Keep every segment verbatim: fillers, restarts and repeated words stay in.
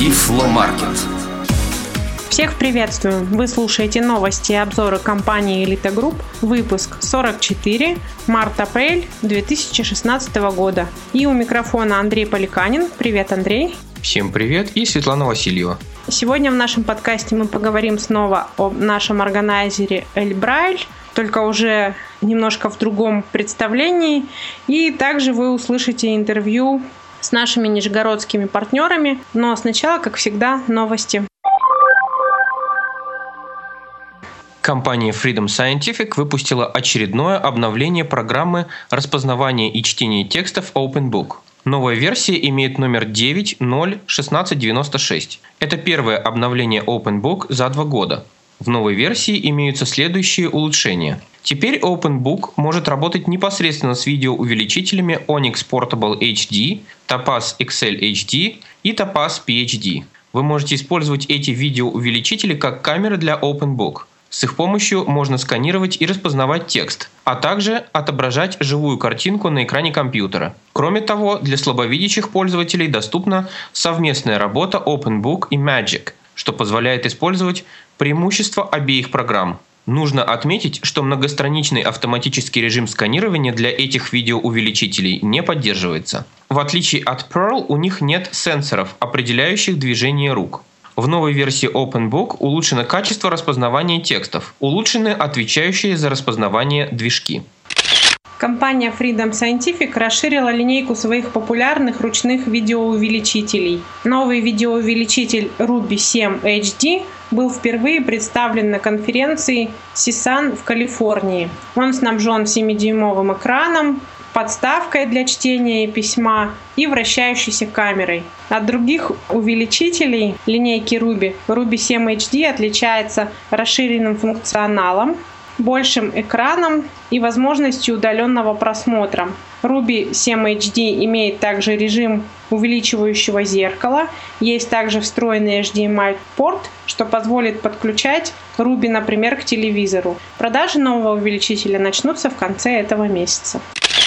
Тифломаркет. Всех приветствую! Вы слушаете новости и обзоры компании Elite Group, выпуск сорок четыре, март-апрель две тысячи шестнадцатого года. И у микрофона Андрей Поликанин. Привет, Андрей! Всем привет, и Светлана Васильева. Сегодня в нашем подкасте мы поговорим снова о нашем органайзере Эльбрайль, только уже немножко в другом представлении. И также вы услышите интервью с нашими нижегородскими партнерами. Но сначала, как всегда, новости. Компания Freedom Scientific выпустила очередное обновление программы распознавания и чтения текстов OpenBook. Новая версия имеет номер девять ноль шестнадцать девяносто шесть. Это первое обновление OpenBook за два года. В новой версии имеются следующие улучшения. Теперь OpenBook может работать непосредственно с видеоувеличителями Onyx Portable эйч ди, Topaz икс эл эйч ди и Topaz пи эйч ди. Вы можете использовать эти видеоувеличители как камеры для OpenBook. С их помощью можно сканировать и распознавать текст, а также отображать живую картинку на экране компьютера. Кроме того, для слабовидящих пользователей доступна совместная работа OpenBook и Magic, что позволяет использовать преимущества обеих программ. Нужно отметить, что многостраничный автоматический режим сканирования для этих видеоувеличителей не поддерживается. В отличие от Pearl, у них нет сенсоров, определяющих движение рук. В новой версии OpenBook улучшено качество распознавания текстов, улучшены отвечающие за распознавание движки. Компания Freedom Scientific расширила линейку своих популярных ручных видеоувеличителей. Новый видеоувеличитель Ruby семь эйч ди был впервые представлен на конференции Сисан в Калифорнии. Он снабжен семидюймовым экраном, подставкой для чтения письма и вращающейся камерой. От других увеличителей линейки Ruby, Ruby семь эйч ди отличается расширенным функционалом, большим экраном и возможностью удаленного просмотра. Ruby семь эйч ди имеет также режим увеличивающего зеркала. Есть также встроенный эйч ди эм ай-порт, что позволит подключать Ruby, например, к телевизору. Продажи нового увеличителя начнутся в конце этого месяца.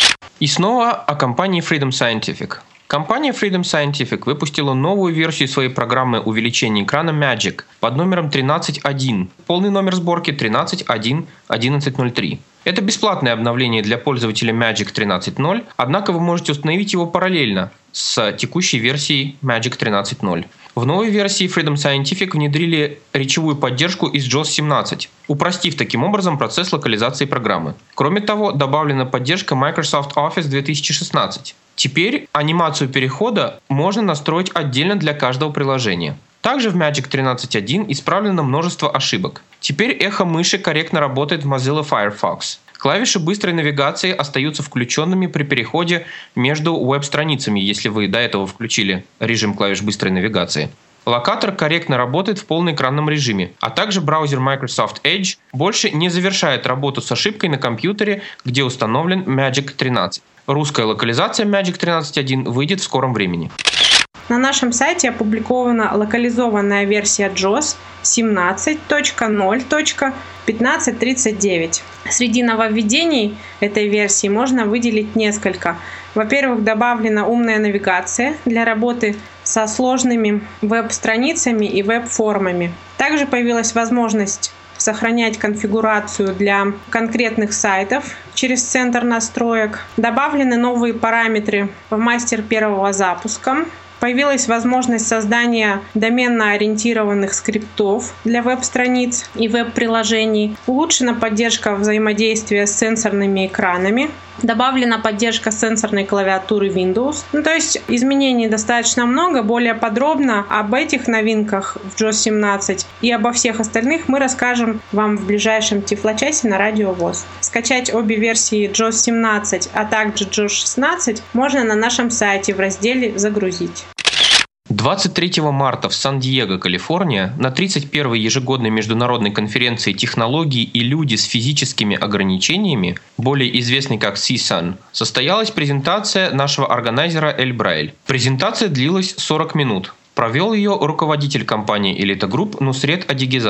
И снова о компании Freedom Scientific. Компания Freedom Scientific выпустила новую версию своей программы увеличения экрана Magic под номером тринадцать точка один. Полный номер сборки тринадцать точка один точка одиннадцать точка ноль три. Это бесплатное обновление для пользователя Magic тринадцать точка ноль, однако вы можете установить его параллельно с текущей версией Magic тринадцать точка ноль. В новой версии Freedom Scientific внедрили речевую поддержку из джоус семнадцать, упростив таким образом процесс локализации программы. Кроме того, добавлена поддержка Microsoft Office две тысячи шестнадцать. Теперь анимацию перехода можно настроить отдельно для каждого приложения. Также в Magic тринадцать точка один исправлено множество ошибок. Теперь эхо мыши корректно работает в Mozilla Firefox. Клавиши быстрой навигации остаются включенными при переходе между веб-страницами, если вы до этого включили режим клавиш быстрой навигации. Локатор корректно работает в полноэкранном режиме, а также браузер Microsoft Edge больше не завершает работу с ошибкой на компьютере, где установлен Magic тринадцать. Русская локализация Magic тринадцать точка один выйдет в скором времени. На нашем сайте опубликована локализованная версия джоус семнадцать точка ноль точка пятнадцать тридцать девять. Среди нововведений этой версии можно выделить несколько. Во-первых, добавлена умная навигация для работы со сложными веб-страницами и веб-формами. Также появилась возможность сохранять конфигурацию для конкретных сайтов через центр настроек. Добавлены новые параметры в мастер первого запуска. Появилась возможность создания доменно-ориентированных скриптов для веб-страниц и веб-приложений. Улучшена поддержка взаимодействия с сенсорными экранами. Добавлена поддержка сенсорной клавиатуры Windows. Ну, то есть изменений достаточно много. Более подробно об этих новинках в джоус семнадцать и обо всех остальных мы расскажем вам в ближайшем Тифлочасе на Радио ВОС. Скачать обе версии джоус семнадцать, а также джоус шестнадцать можно на нашем сайте в разделе «Загрузить». двадцать третьего марта в Сан-Диего, Калифорния, на тридцать первой ежегодной международной конференции «Технологии и люди с физическими ограничениями», более известной как Сисан, состоялась презентация нашего органайзера Эльбрайль. Презентация длилась сорок минут. Провел ее руководитель компании Elite Group Нусрет Адигизалов.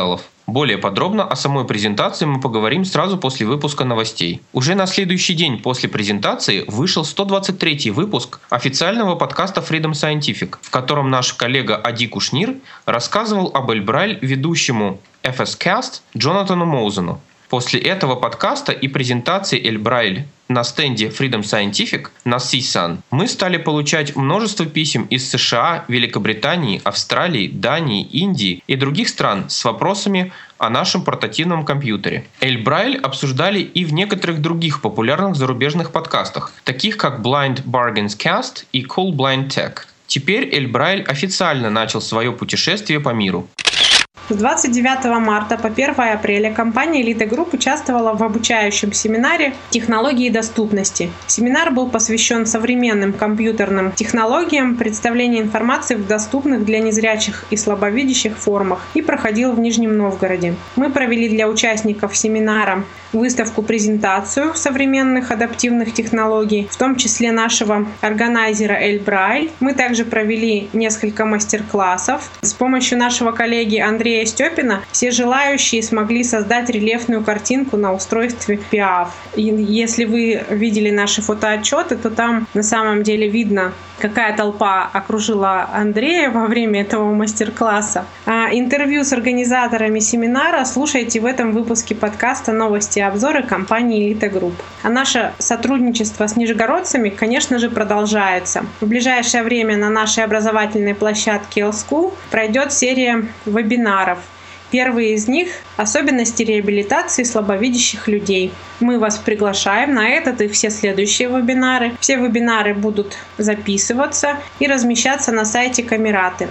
Более подробно о самой презентации мы поговорим сразу после выпуска новостей. Уже на следующий день после презентации вышел сто двадцать третий выпуск официального подкаста Freedom Scientific, в котором наш коллега Ади Кушнир рассказывал об Эльбрайль ведущему эф эс каст Джонатану Моузену. После этого подкаста и презентации Эльбрайль на стенде Freedom Scientific на си сан мы стали получать множество писем из США, Великобритании, Австралии, Дании, Индии и других стран с вопросами о нашем портативном компьютере. Эльбрайль обсуждали и в некоторых других популярных зарубежных подкастах, таких как Blind Bargains Cast и Cool Blind Tech. Теперь Эльбрайль официально начал свое путешествие по миру. С двадцать девятого марта по первое апреля компания Elite Group участвовала в обучающем семинаре «Технологии доступности». Семинар был посвящен современным компьютерным технологиям, представлению информации в доступных для незрячих и слабовидящих формах и проходил в Нижнем Новгороде. Мы провели для участников семинара выставку-презентацию современных адаптивных технологий, в том числе нашего органайзера Эльбрайль. Мы также провели несколько мастер-классов. С помощью нашего коллеги Андрея Степина все желающие смогли создать рельефную картинку на устройстве пи эй эф. И если вы видели наши фотоотчеты, то там на самом деле видно, какая толпа окружила Андрея во время этого мастер-класса. А интервью с организаторами семинара слушайте в этом выпуске подкаста «Новости и обзоры» компании Elite Group. А наше сотрудничество с нижегородцами, конечно же, продолжается. В ближайшее время на нашей образовательной площадке L-School пройдет серия вебинаров. Первый из них – особенности реабилитации слабовидящих людей. Мы вас приглашаем на этот и все следующие вебинары. Все вебинары будут записываться и размещаться на сайте Камераты.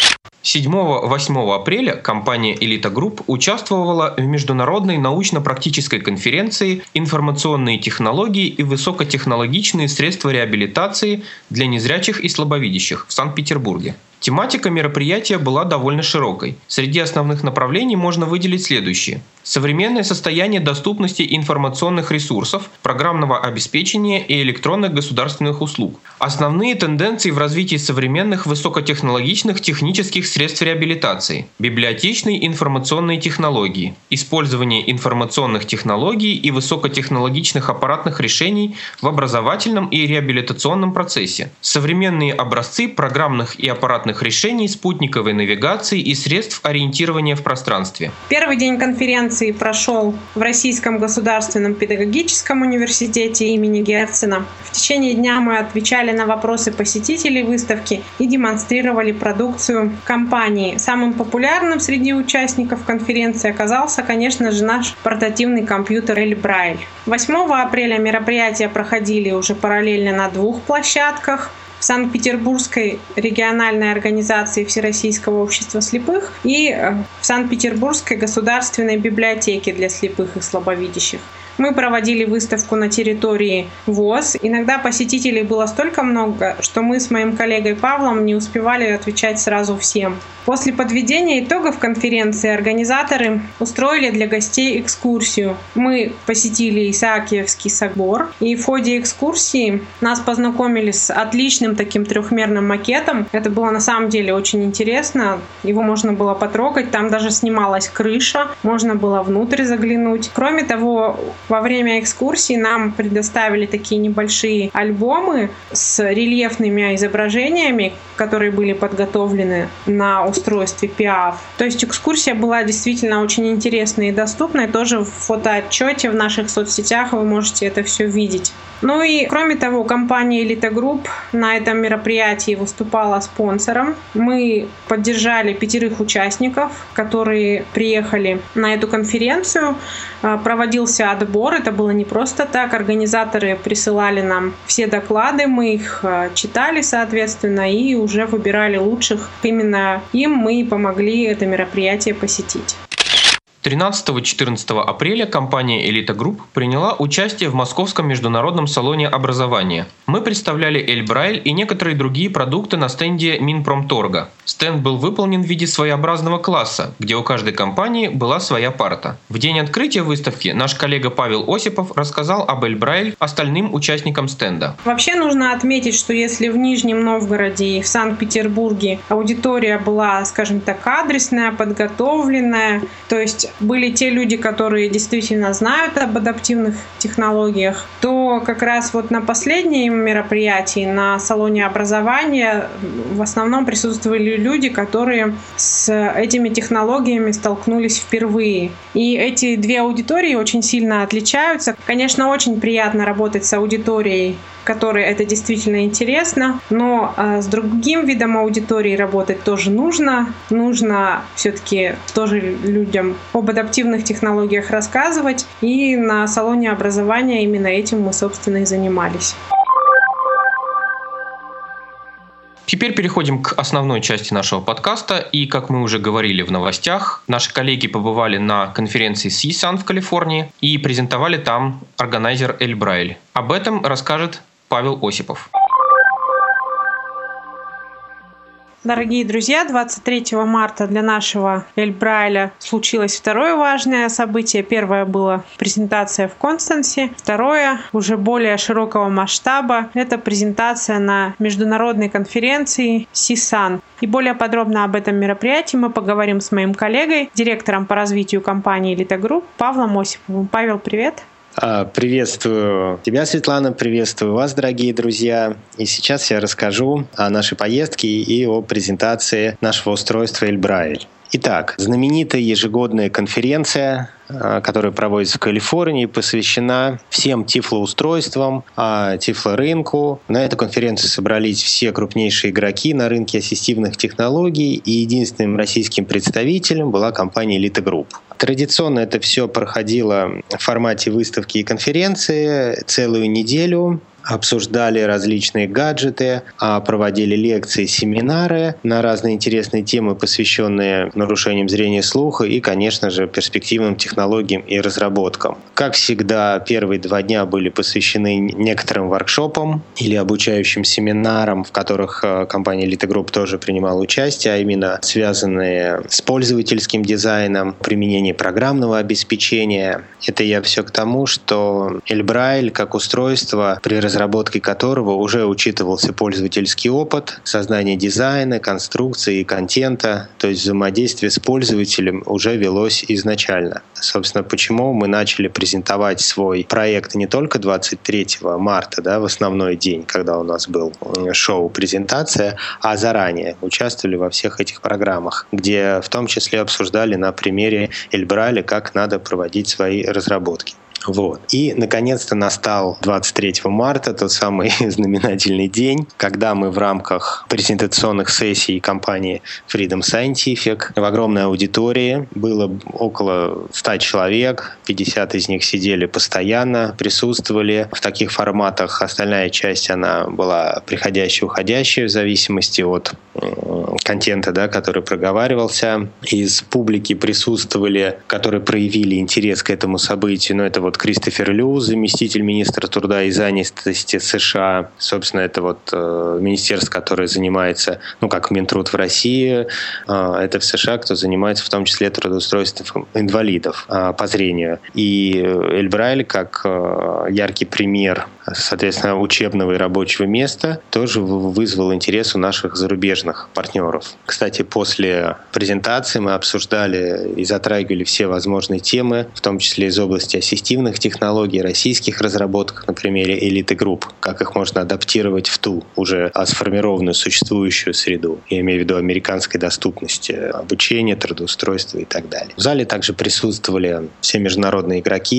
седьмого-восьмого апреля компания Elite Group участвовала в международной научно-практической конференции «Информационные технологии и высокотехнологичные средства реабилитации для незрячих и слабовидящих» в Санкт-Петербурге. Тематика мероприятия была довольно широкой. Среди основных направлений можно выделить следующие. Современное состояние доступности информационных ресурсов, программного обеспечения и электронных государственных услуг. Основные тенденции в развитии современных высокотехнологичных технических средств реабилитации. Библиотечные информационные технологии. Использование информационных технологий и высокотехнологичных аппаратных решений в образовательном и реабилитационном процессе. Современные образцы программных и аппаратных решений спутниковой навигации и средств ориентирования в пространстве. Первый день конференции прошел в Российском государственном педагогическом университете имени Герцена. В течение дня мы отвечали на вопросы посетителей выставки и демонстрировали продукцию компании. Самым популярным среди участников конференции оказался, конечно же, наш портативный компьютер Эльбрайль. восьмого апреля мероприятия проходили уже параллельно на двух площадках. В Санкт-Петербургской региональной организации Всероссийского общества слепых и в Санкт-Петербургской государственной библиотеке для слепых и слабовидящих. Мы проводили выставку на территории ВОС. Иногда посетителей было столько много, что мы с моим коллегой Павлом не успевали отвечать сразу всем. После подведения итогов конференции организаторы устроили для гостей экскурсию. Мы посетили Исаакиевский собор, и в ходе экскурсии нас познакомили с отличным таким трехмерным макетом. Это было на самом деле очень интересно. Его можно было потрогать, там даже снималась крыша, можно было внутрь заглянуть. Кроме того, во время экскурсии нам предоставили такие небольшие альбомы с рельефными изображениями, которые были подготовлены на устройстве пи эй эф. То есть экскурсия была действительно очень интересной и доступной. Тоже в фотоотчете в наших соцсетях вы можете это все видеть. Ну и кроме того, компания Elite Group на этом мероприятии выступала спонсором. Мы поддержали пятерых участников, которые приехали на эту конференцию. Проводился отбор, это было не просто так. Организаторы присылали нам все доклады, мы их читали, соответственно, и уже выбирали лучших. Именно им мы и помогли это мероприятие посетить. тринадцатого-четырнадцатого апреля компания Elite Group приняла участие в Московском международном салоне образования. Мы представляли Эльбрайль и некоторые другие продукты на стенде Минпромторга. Стенд был выполнен в виде своеобразного класса, где у каждой компании была своя парта. В день открытия выставки наш коллега Павел Осипов рассказал об Эльбрайль остальным участникам стенда. Вообще нужно отметить, что если в Нижнем Новгороде и в Санкт-Петербурге аудитория была, скажем так, адресная, подготовленная, то есть были те люди, которые действительно знают об адаптивных технологиях, то как раз вот на последнем мероприятии, на салоне образования, в основном присутствовали люди, которые с этими технологиями столкнулись впервые. И эти две аудитории очень сильно отличаются. Конечно, очень приятно работать с аудиторией, которой это действительно интересно, но а, с другим видом аудитории работать тоже нужно. Нужно все-таки тоже людям об адаптивных технологиях рассказывать, и на салоне образования именно этим мы, собственно, и занимались. Теперь переходим к основной части нашего подкаста. И, как мы уже говорили в новостях, наши коллеги побывали на конференции си сан в Калифорнии и презентовали там органайзер Эльбрайль. Об этом расскажет Павел Осипов. Дорогие друзья, двадцать третьего марта для нашего Эльбрайля случилось второе важное событие. Первое было презентация в Констансе. Второе, уже более широкого масштаба, это презентация на международной конференции си сан. И более подробно об этом мероприятии мы поговорим с моим коллегой, директором по развитию компании Elite Group Павлом Осиповым. Павел, привет! Приветствую тебя, Светлана, приветствую вас, дорогие друзья. И сейчас я расскажу о нашей поездке и о презентации нашего устройства Эльбрайль. Итак, знаменитая ежегодная конференция, которая проводится в Калифорнии, посвящена всем тифлоустройствам, тифлорынку. На эту конференцию собрались все крупнейшие игроки на рынке ассистивных технологий, и единственным российским представителем была компания Elite Group. Традиционно это все проходило в формате выставки и конференции целую неделю. Обсуждали различные гаджеты, проводили лекции, семинары на разные интересные темы, посвященные нарушениям зрения и слуха и, конечно же, перспективным технологиям и разработкам. Как всегда, первые два дня были посвящены некоторым воркшопам или обучающим семинарам, в которых компания Elite Group тоже принимала участие, а именно связанные с пользовательским дизайном, применением программного обеспечения. Это я все к тому, что Эльбрайль как устройство при разработке разработкой которого уже учитывался пользовательский опыт, создание дизайна, конструкции и контента, то есть взаимодействие с пользователем уже велось изначально. Собственно, почему мы начали презентовать свой проект не только двадцать третьего марта, да, в основной день, когда у нас был шоу-презентация, а заранее участвовали во всех этих программах, где в том числе обсуждали на примере Эльбрайля, как надо проводить свои разработки. Вот. И, наконец-то, настал двадцать третьего марта, тот самый знаменательный день, когда мы в рамках презентационных сессий компании Freedom Scientific в огромной аудитории, было около ста человек, пятьдесят из них сидели постоянно, присутствовали в таких форматах. Остальная часть, она была приходящая, уходящая в зависимости от контента, да, который проговаривался. Из публики присутствовали, которые проявили интерес к этому событию, но это вот Кристофер Лю, заместитель министра труда и занятости США. Собственно, это вот э, министерство, которое занимается, ну, как Минтруд в России, э, это в США, кто занимается в том числе трудоустройством инвалидов э, по зрению. И Эльбрайль, как э, яркий пример, соответственно, учебного и рабочего места, тоже вызвал интерес у наших зарубежных партнеров. Кстати, после презентации мы обсуждали и затрагивали все возможные темы, в том числе из области ассистивных технологий, российских разработок на примере Elite Group, как их можно адаптировать в ту уже сформированную существующую среду. Я имею в виду американской доступности обучения, трудоустройства и так далее. В зале также присутствовали все международные игроки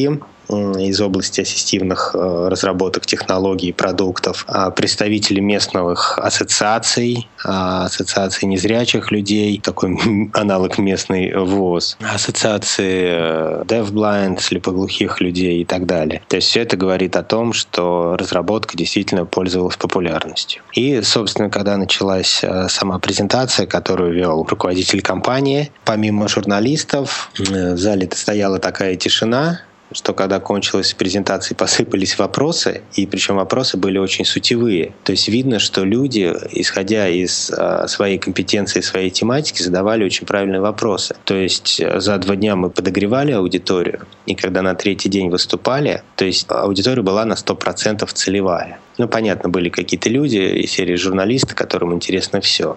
из области ассистивных разработок технологий и продуктов, представители местных ассоциаций, ассоциации незрячих людей, такой аналог местной ВОЗ, ассоциации deafblind, слепоглухих людей и так далее. То есть все это говорит о том, что разработка действительно пользовалась популярностью. И, собственно, когда началась сама презентация, которую вел руководитель компании, помимо журналистов, в зале стояла такая тишина, что когда кончилась презентация, посыпались вопросы, и причем вопросы были очень сутевые. То есть видно, что люди, исходя из а, своей компетенции, своей тематики, задавали очень правильные вопросы. То есть за два дня мы подогревали аудиторию, и когда на третий день выступали, то есть аудитория была на сто процентов целевая. Ну, понятно, были какие-то люди из серии журналисты, которым интересно все.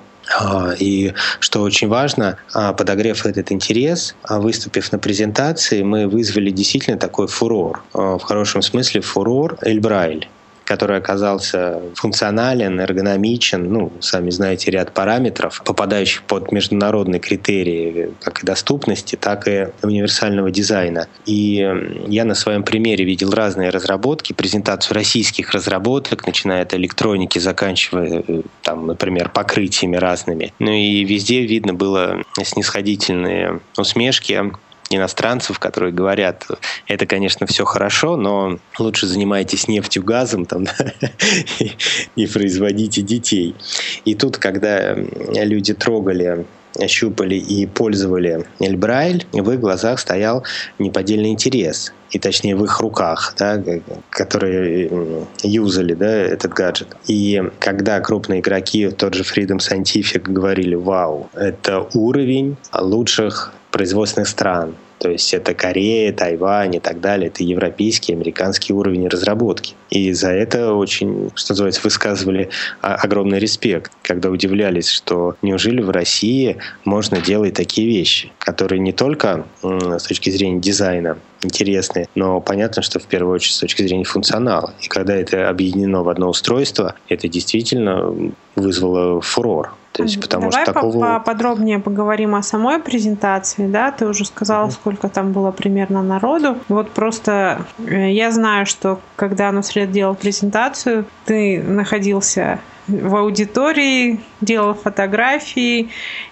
И что очень важно, подогрев этот интерес, выступив на презентации, мы вызвали действительно такой фурор, в хорошем смысле фурор Эльбрайль, который оказался функционален, эргономичен, ну, сами знаете, ряд параметров, попадающих под международные критерии как и доступности, так и универсального дизайна. И я на своем примере видел разные разработки, презентацию российских разработок, начиная от электроники, заканчивая, там, например, покрытиями разными. Ну и везде видно было снисходительные усмешки иностранцев, которые говорят, это, конечно, все хорошо, но лучше занимайтесь нефтью, газом там, и, и производите детей. И тут, когда люди трогали, щупали и пользовали Эльбрайль, в их глазах стоял неподдельный интерес. И точнее в их руках, да, которые юзали, да, этот гаджет. И когда крупные игроки, тот же Freedom Scientific, говорили, вау, это уровень лучших производственных стран. То есть это Корея, Тайвань и так далее. Это европейский, американский уровень разработки. И за это очень, что называется, высказывали огромный респект, когда удивлялись, что неужели в России можно делать такие вещи, которые не только с точки зрения дизайна интересные, но понятно, что в первую очередь с точки зрения функционала. И когда это объединено в одно устройство, это действительно вызвало фурор. То есть, потому Давай что такого... поподробнее поговорим о самой презентации. Да? Ты уже сказала, mm-hmm. сколько там было примерно народу. Вот просто я знаю, что когда Нусрет делал презентацию, ты находился в аудитории, делал фотографии,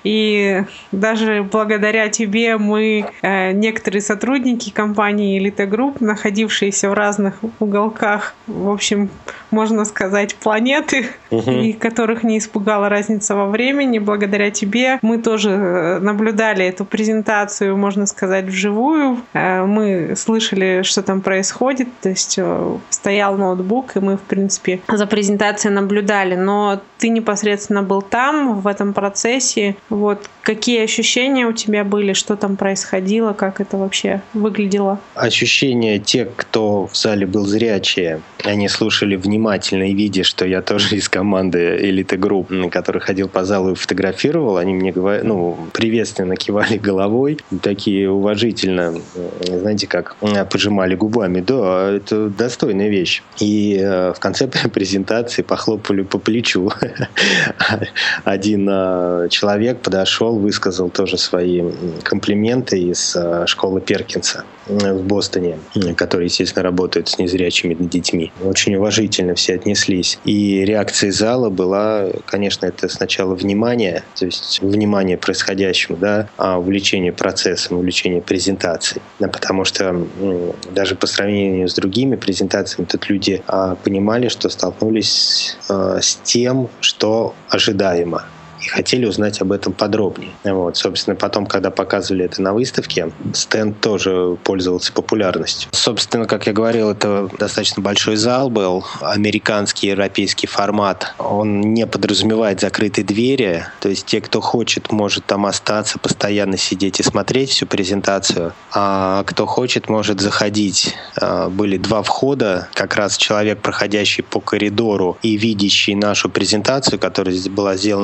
и даже благодаря тебе мы, э, некоторые сотрудники компании Elite Group, находившиеся в разных уголках, в общем, можно сказать, планеты, uh-huh. и которых не испугала разница во времени, благодаря тебе мы тоже наблюдали эту презентацию, можно сказать, вживую. Э, мы слышали, что там происходит, то есть э, стоял ноутбук, и мы, в принципе, за презентацией наблюдали. Но ты непосредственно был там, в этом процессе. Вот какие ощущения у тебя были, что там происходило, как это вообще выглядело? Ощущения тех, кто в зале был зрячие, они слушали внимательно и видя, что я тоже из команды Elite Group, который ходил по залу и фотографировал, они мне говорили, ну, приветственно кивали головой, такие уважительно, знаете, как поджимали губами. Да, это достойная вещь. И в конце презентации похлопали по плечу. Один человек подошел, высказал тоже свои комплименты из школы Перкинса в Бостоне, который, естественно, работает с незрячими детьми. Очень уважительно все отнеслись. И реакция зала была, конечно, это сначала внимание, то есть внимание происходящему, да, а увлечение процессом, увлечение презентацией. Да, потому что даже по сравнению с другими презентациями тут люди а, понимали, что столкнулись а, с тем, что ожидаемо, и хотели узнать об этом подробнее. Вот. Собственно, потом, когда показывали это на выставке, стенд тоже пользовался популярностью. Собственно, как я говорил, это достаточно большой зал был, американский, европейский формат. Он не подразумевает закрытые двери, то есть те, кто хочет, может там остаться, постоянно сидеть и смотреть всю презентацию, а кто хочет, может заходить. Были два входа, как раз человек, проходящий по коридору и видящий нашу презентацию, которая здесь была сделана во флеш,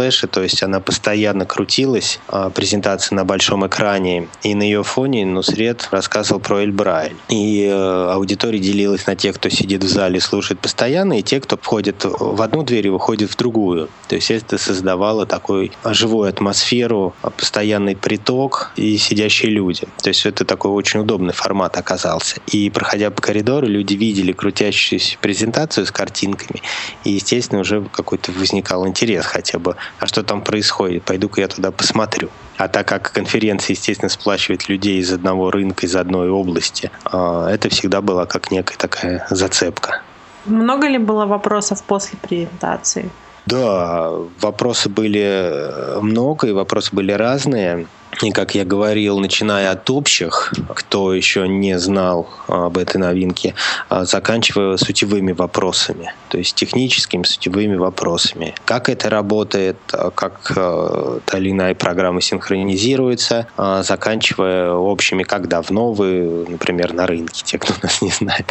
флеше, то есть она постоянно крутилась, презентация на большом экране, и на ее фоне Нусрет рассказывал про Эль-Брайль. И аудитория делилась на тех, кто сидит в зале и слушает постоянно, и те, кто входит в одну дверь и выходит в другую. То есть это создавало такую живую атмосферу, постоянный приток и сидящие люди. То есть это такой очень удобный формат оказался. И проходя по коридору, люди видели крутящуюся презентацию с картинками, и, естественно, уже какой-то возникал интерес хотя бы, а что там происходит, пойду-ка я туда посмотрю. А так как конференция, естественно, сплачивает людей из одного рынка, из одной области, это всегда была как некая такая зацепка. Много ли было вопросов после презентации? Да, вопросы были много, и вопросы были разные. И, как я говорил, начиная от общих, кто еще не знал об этой новинке, заканчивая сутевыми вопросами, то есть техническими сутевыми вопросами. Как это работает, как та или иная программа синхронизируется, заканчивая общими, как давно вы, например, на рынке, те, кто нас не знает,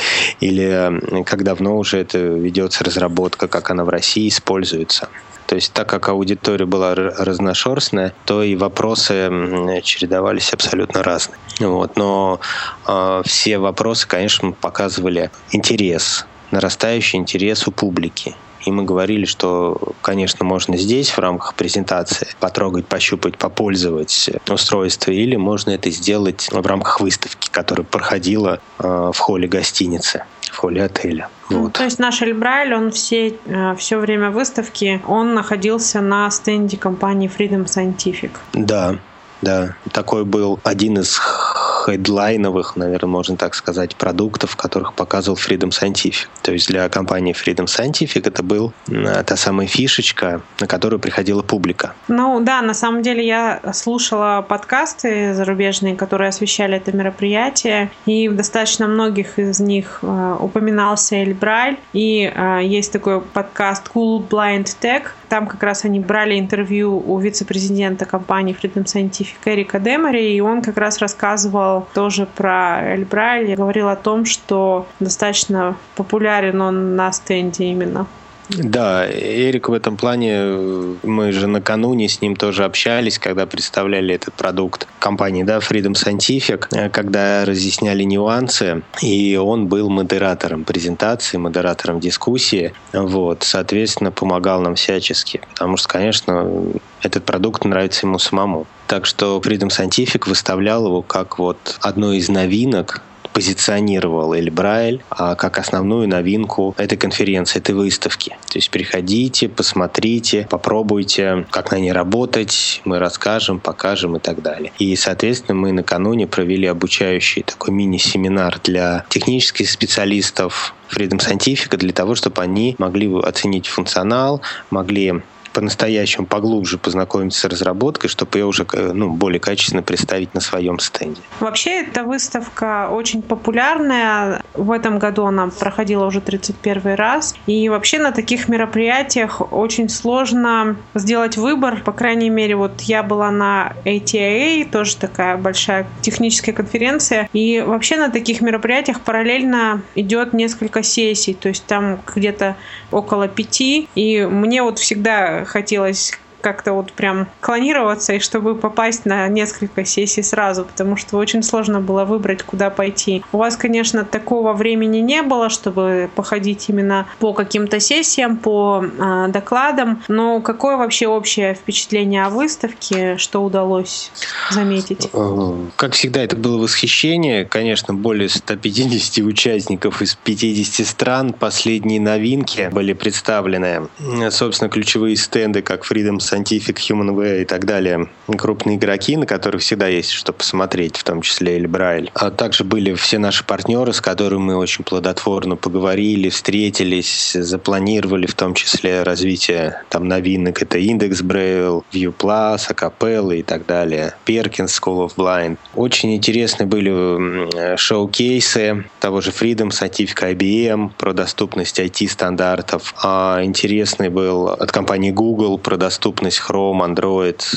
или как давно уже это ведется разработка, как она в России используется. То есть так как аудитория была разношерстная, то и вопросы чередовались абсолютно разные. Вот. Но э, все вопросы, конечно, показывали интерес, нарастающий интерес у публики. И мы говорили, что, конечно, можно здесь в рамках презентации потрогать, пощупать, попользовать устройство, или можно это сделать в рамках выставки, которая проходила э, в холле гостиницы, в холле отеля. Вот. То есть наш Эль-Брайль, он все, все время выставки, он находился на стенде компании Freedom Scientific. Да, да. Такой был один из хедлайновых, наверное, можно так сказать, продуктов, которых показывал Freedom Scientific. То есть для компании Freedom Scientific это был та самая фишечка, на которую приходила публика. Ну да, на самом деле я слушала подкасты зарубежные, которые освещали это мероприятие, и в достаточно многих из них э, упоминался Эль-Брайль, и э, есть такой подкаст Cool Blind Tech. Там как раз они брали интервью у вице-президента компании Freedom Scientific Эрика Демари, и он как раз рассказывал тоже про Эль-Брайль, говорил о том, что достаточно популярен он на стенде именно. Да, Эрик в этом плане, мы же накануне с ним тоже общались, когда представляли этот продукт компании, да, Freedom Scientific, когда разъясняли нюансы, и он был модератором презентации, модератором дискуссии, вот, соответственно, помогал нам всячески, потому что, конечно, этот продукт нравится ему самому. Так что Freedom Scientific выставлял его как вот одну из новинок, позиционировал Эль-Брайль а как основную новинку этой конференции, этой выставки. То есть приходите, посмотрите, попробуйте, как на ней работать, мы расскажем, покажем и так далее. И, соответственно, мы накануне провели обучающий такой мини-семинар для технических специалистов Freedom Scientific для того, чтобы они могли оценить функционал, могли по-настоящему поглубже познакомиться с разработкой, чтобы ее уже ну, более качественно представить на своем стенде. Вообще, эта выставка очень популярная. В этом году она проходила уже тридцать первый раз. И вообще на таких мероприятиях очень сложно сделать выбор. По крайней мере, вот я была на эй ти эй, тоже такая большая техническая конференция. И вообще на таких мероприятиях параллельно идет несколько сессий. То есть там где-то около пяти. И мне вот всегда хотелось как-то вот прям клонироваться, и чтобы попасть на несколько сессий сразу, потому что очень сложно было выбрать, куда пойти. У вас, конечно, такого времени не было, чтобы походить именно по каким-то сессиям, по э, докладам, но какое вообще общее впечатление о выставке, что удалось заметить? Как всегда, это было восхищение. Конечно, более ста пятидесяти участников из пятидесяти стран. Последние новинки были представлены. Собственно, ключевые стенды, как Freedom Scientific, HumanWare и так далее. Крупные игроки, на которых всегда есть что посмотреть, в том числе Эль-Брайль. А также были все наши партнеры, с которыми мы очень плодотворно поговорили, встретились, запланировали в том числе развитие там новинок. Это Index Braille, ViewPlus, Acapella и так далее. Perkins School of Blind. Очень интересные были шоу-кейсы того же Freedom Scientific, ай би эм про доступность ай ти-стандартов. А интересный был от компании Google про доступность Chrome, Android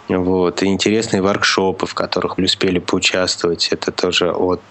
Вот. И интересные воркшопы, в которых мы успели поучаствовать. Это тоже от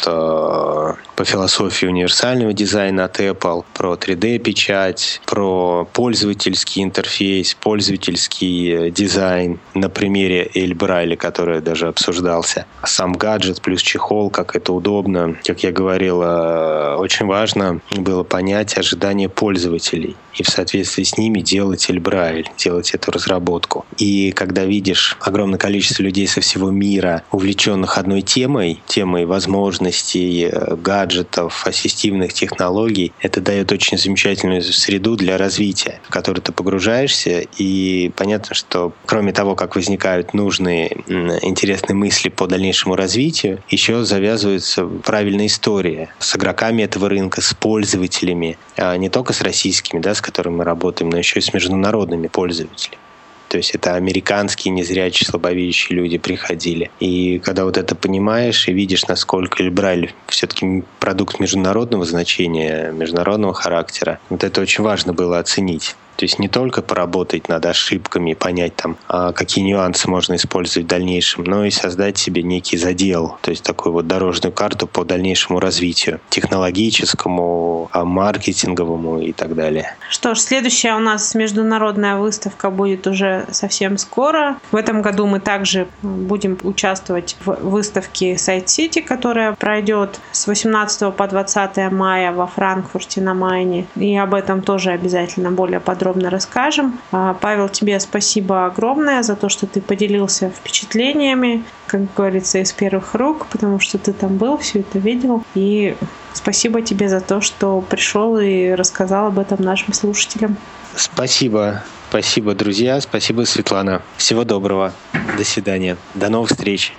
э, по философии универсального дизайна от Apple, про три дэ-печать, про пользовательский интерфейс, пользовательский дизайн на примере Эль Брайля, который даже обсуждался. Сам гаджет плюс чехол, как это удобно. Как я говорил, э, очень важно было понять ожидания пользователей и в соответствии с ними делать Эль Брайль, делать эту разработку. И когда видишь огромное количество людей со всего мира, увлеченных одной темой, темой возможностей, гаджетов, ассистивных технологий, это дает очень замечательную среду для развития, в которую ты погружаешься, и понятно, что кроме того, как возникают нужные, интересные мысли по дальнейшему развитию, еще завязывается правильная история с игроками этого рынка, с пользователями, а не только с российскими, да, с которыми мы работаем, но еще и с международными пользователями. То есть это американские незрячие, слабовидящие люди приходили. И когда вот это понимаешь и видишь, насколько Эль Брайль все-таки продукт международного значения, международного характера, вот это очень важно было оценить. То есть не только поработать над ошибками, понять там, какие нюансы можно использовать в дальнейшем, но и создать себе некий задел, то есть такую вот дорожную карту по дальнейшему развитию, технологическому, маркетинговому и так далее. Что ж, следующая у нас международная выставка будет уже совсем скоро. В этом году мы также будем участвовать в выставке Site City, которая пройдет с восемнадцатого по двадцатое мая во Франкфурте на Майне. И об этом тоже обязательно более подробно расскажем. Павел, тебе спасибо огромное за то, что ты поделился впечатлениями, как говорится, из первых рук, потому что ты там был, все это видел. И спасибо тебе за то, что пришел и рассказал об этом нашим слушателям. Спасибо. Спасибо, друзья. Спасибо, Светлана. Всего доброго. До свидания. До новых встреч.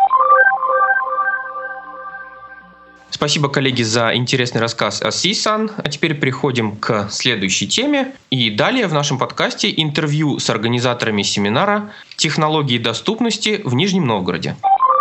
Спасибо, коллеги, за интересный рассказ о Сисан. А теперь переходим к следующей теме. И далее в нашем подкасте интервью с организаторами семинара «Технологии доступности в Нижнем Новгороде».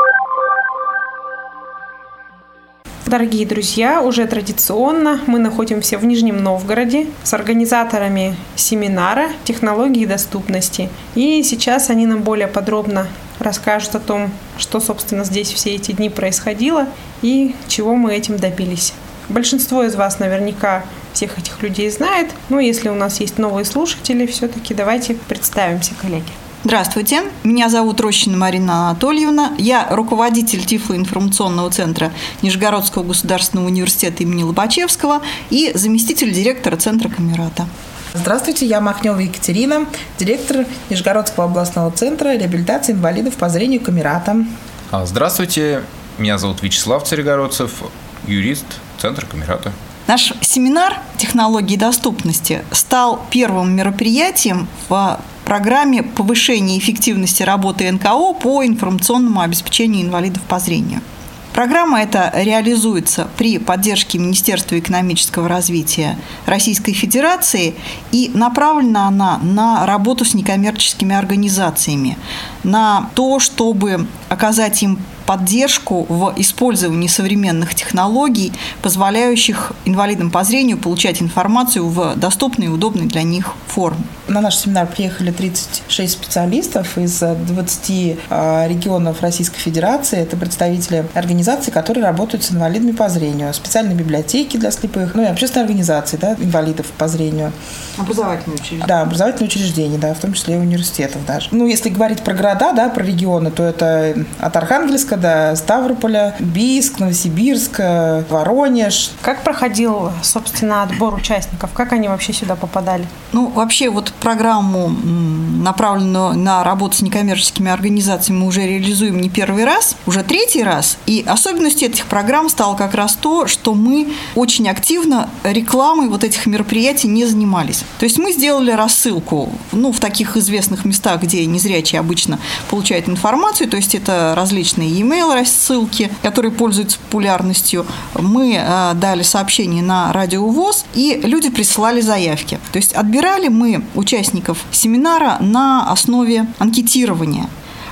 Дорогие друзья, уже традиционно мы находимся в Нижнем Новгороде с организаторами семинара «Технологии доступности». И сейчас они нам более подробно расскажут о том, что, собственно, здесь все эти дни происходило и чего мы этим добились. Большинство из вас наверняка всех этих людей знает, но если у нас есть новые слушатели, все-таки давайте представимся, коллеги. Здравствуйте, меня зовут Рощина Марина Анатольевна, я руководитель Тифлоинформационного центра Нижегородского государственного университета имени Лобачевского и заместитель директора Центра Камерата. Здравствуйте, я Махнева Екатерина, директор Нижегородского областного центра реабилитации инвалидов по зрению Камерата. Здравствуйте, меня зовут Вячеслав Царегородцев, юрист Центра Камерата. Наш семинар «Технологии доступности» стал первым мероприятием в программе повышения эффективности работы эн ка о по информационному обеспечению инвалидов по зрению. Программа эта реализуется при поддержке Министерства экономического развития Российской Федерации, и направлена она на работу с некоммерческими организациями, на то, чтобы оказать им поддержку в использовании современных технологий, позволяющих инвалидам по зрению получать информацию в доступной и удобной для них форме. На наш семинар приехали тридцать шесть специалистов из двадцати регионов Российской Федерации. Это представители организаций, которые работают с инвалидами по зрению. Специальные библиотеки для слепых, ну и общественные организации, да, инвалидов по зрению. Образовательные учреждения. Да, образовательные учреждения, да, в том числе и университетов даже. Ну, если говорить про города, да, про регионы, то это от Архангельска до Ставрополя, Бийск, Новосибирск, Воронеж. Как проходил, собственно, отбор участников? Как они вообще сюда попадали? Ну, вообще, вот программу, направленную на работу с некоммерческими организациями, мы уже реализуем не первый раз, уже третий раз. И особенностью этих программ стало как раз то, что мы очень активно рекламой вот этих мероприятий не занимались. То есть мы сделали рассылку, ну, в таких известных местах, где незрячие обычно получают информацию, то есть это различные e-mail рассылки, которые пользуются популярностью. Мы э, дали сообщение на Радио ВОС, и люди присылали заявки. То есть отбирали мы участников семинара на основе анкетирования.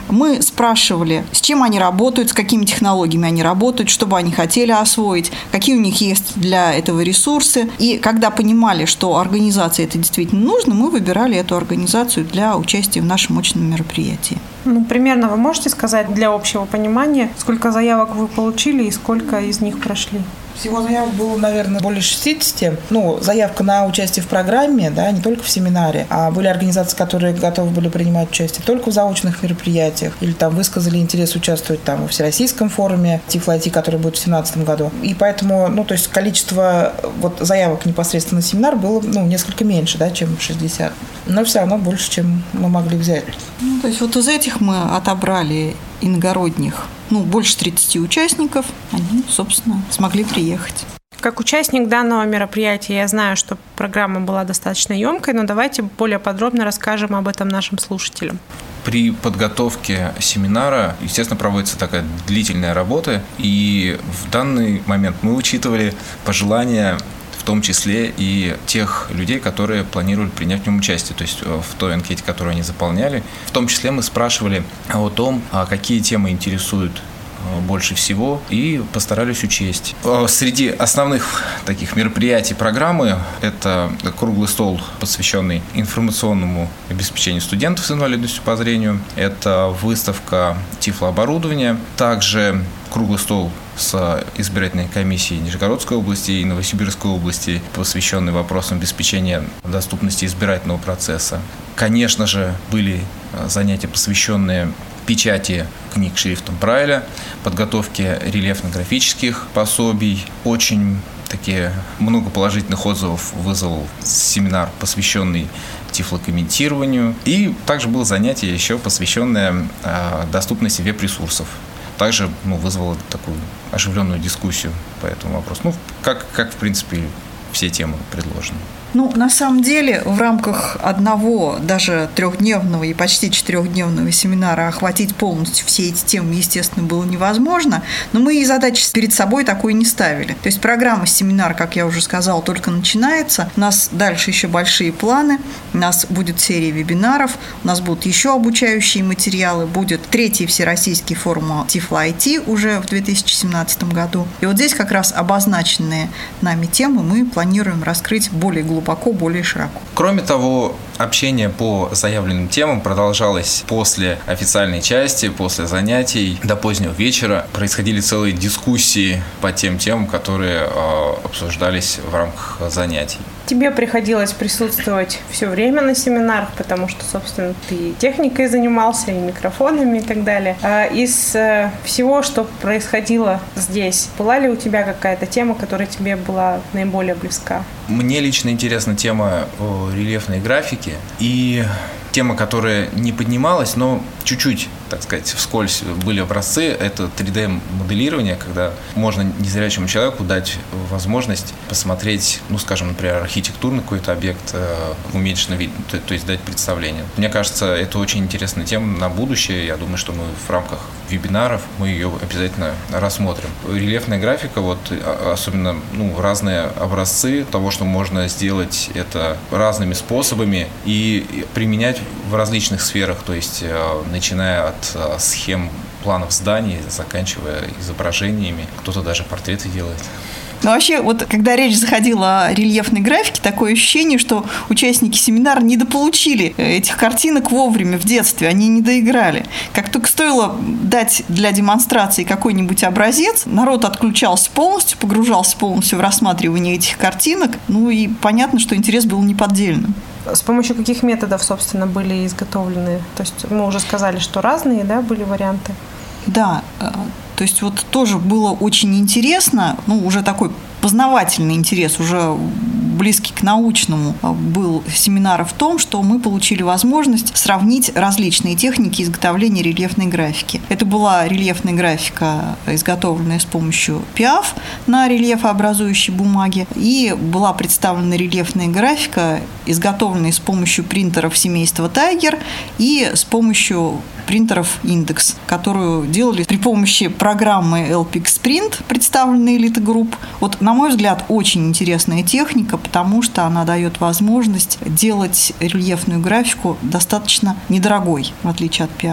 Мы спрашивали, с чем они работают, с какими технологиями они работают, что бы они хотели освоить, какие у них есть для этого ресурсы. И когда понимали, что организации это действительно нужно, мы выбирали эту организацию для участия в нашем очном мероприятии. Ну, примерно вы можете сказать для общего понимания, сколько заявок вы получили и сколько из них прошли? Всего заявок было, наверное, более шестидесяти. Ну, заявка на участие в программе, да, не только в семинаре, а были организации, которые готовы были принимать участие только в заочных мероприятиях или там высказали интерес участвовать там во Всероссийском форуме Тифло ай ти, который будет в две тысячи семнадцатом году. И поэтому, ну, то есть количество вот заявок непосредственно на семинар было, ну, несколько меньше, да, чем шестьдесят. Но все равно больше, чем мы могли взять. Ну, то есть вот из этих мы отобрали иногородних, ну, больше тридцати участников, они, собственно, смогли приехать. Как участник данного мероприятия я знаю, что программа была достаточно емкой, но давайте более подробно расскажем об этом нашим слушателям. При подготовке семинара, естественно, проводится такая длительная работа, и в данный момент мы учитывали пожелания, в том числе и тех людей, которые планировали принять в нем участие, то есть в той анкете, которую они заполняли. В том числе мы спрашивали о том, какие темы интересуют больше всего, и постарались учесть. Среди основных таких мероприятий программы это круглый стол, посвященный информационному обеспечению студентов с инвалидностью по зрению, это выставка тифлооборудования, также круглый стол с избирательной комиссией Нижегородской области и Новосибирской области, посвященный вопросам обеспечения доступности избирательного процесса. Конечно же, были занятия, посвященные печати книг шрифтом Брайля, подготовке рельефно-графических пособий. Очень такие много положительных отзывов вызвал семинар, посвященный тифлокомментированию. И также было занятие еще посвященное э, доступности веб-ресурсов. Также ну, вызвало такую оживленную дискуссию по этому вопросу. Ну, как, как в принципе, все темы предложены. Ну, на самом деле, в рамках одного, даже трехдневного и почти четырехдневного семинара охватить полностью все эти темы, естественно, было невозможно, но мы и задачи перед собой такой не ставили. То есть программа семинар, как я уже сказала, только начинается. У нас дальше еще большие планы, у нас будет серия вебинаров, у нас будут еще обучающие материалы, будет третий всероссийский форум Тифло ай ти уже в две тысячи семнадцатом году. И вот здесь как раз обозначенные нами темы мы планируем раскрыть более глубоко. глубоко, более широко. Кроме того, общение по заявленным темам продолжалось после официальной части, после занятий до позднего вечера. Происходили целые дискуссии по тем темам, которые э, обсуждались в рамках занятий. Тебе приходилось присутствовать все время на семинарах, потому что, собственно, ты и техникой занимался, и микрофонами, и так далее. А из э, всего, что происходило здесь, была ли у тебя какая-то тема, которая тебе была наиболее близка? Мне лично интересна тема рельефной графики и тема, которая не поднималась, но чуть-чуть, так сказать, вскользь были образцы. Это три дэ-моделирование, когда можно незрячему человеку дать возможность посмотреть, ну, скажем, например, архитектурный какой-то объект в уменьшенном виде, то, то есть дать представление. Мне кажется, это очень интересная тема на будущее. Я думаю, что мы в рамках вебинаров мы ее обязательно рассмотрим. Рельефная графика, вот особенно ну, разные образцы того, что можно сделать это разными способами и применять в различных сферах, то есть начиная от схем планов зданий, заканчивая изображениями. Кто-то даже портреты делает. Но вообще, вот когда речь заходила о рельефной графике, такое ощущение, что участники семинара недополучили этих картинок вовремя в детстве, они не доиграли. Как только стоило дать для демонстрации какой-нибудь образец, народ отключался полностью, погружался полностью в рассматривание этих картинок, ну и понятно, что интерес был неподдельным. С помощью каких методов, собственно, были изготовлены? То есть мы уже сказали, что разные, да, были варианты? Да, то есть вот тоже было очень интересно, ну, уже такой познавательный интерес, уже близкий к научному, был семинар в том, что мы получили возможность сравнить различные техники изготовления рельефной графики. Это была рельефная графика, изготовленная с помощью пиаф на рельефообразующей бумаге, и была представлена рельефная графика, изготовленная с помощью принтеров семейства Tiger и с помощью принтеров Index, которую делали при помощи программы эл пи икс Print, представленной Elite Group. Вот, на мой взгляд, очень интересная техника, потому что она дает возможность делать рельефную графику достаточно недорогой, в отличие от пиаф.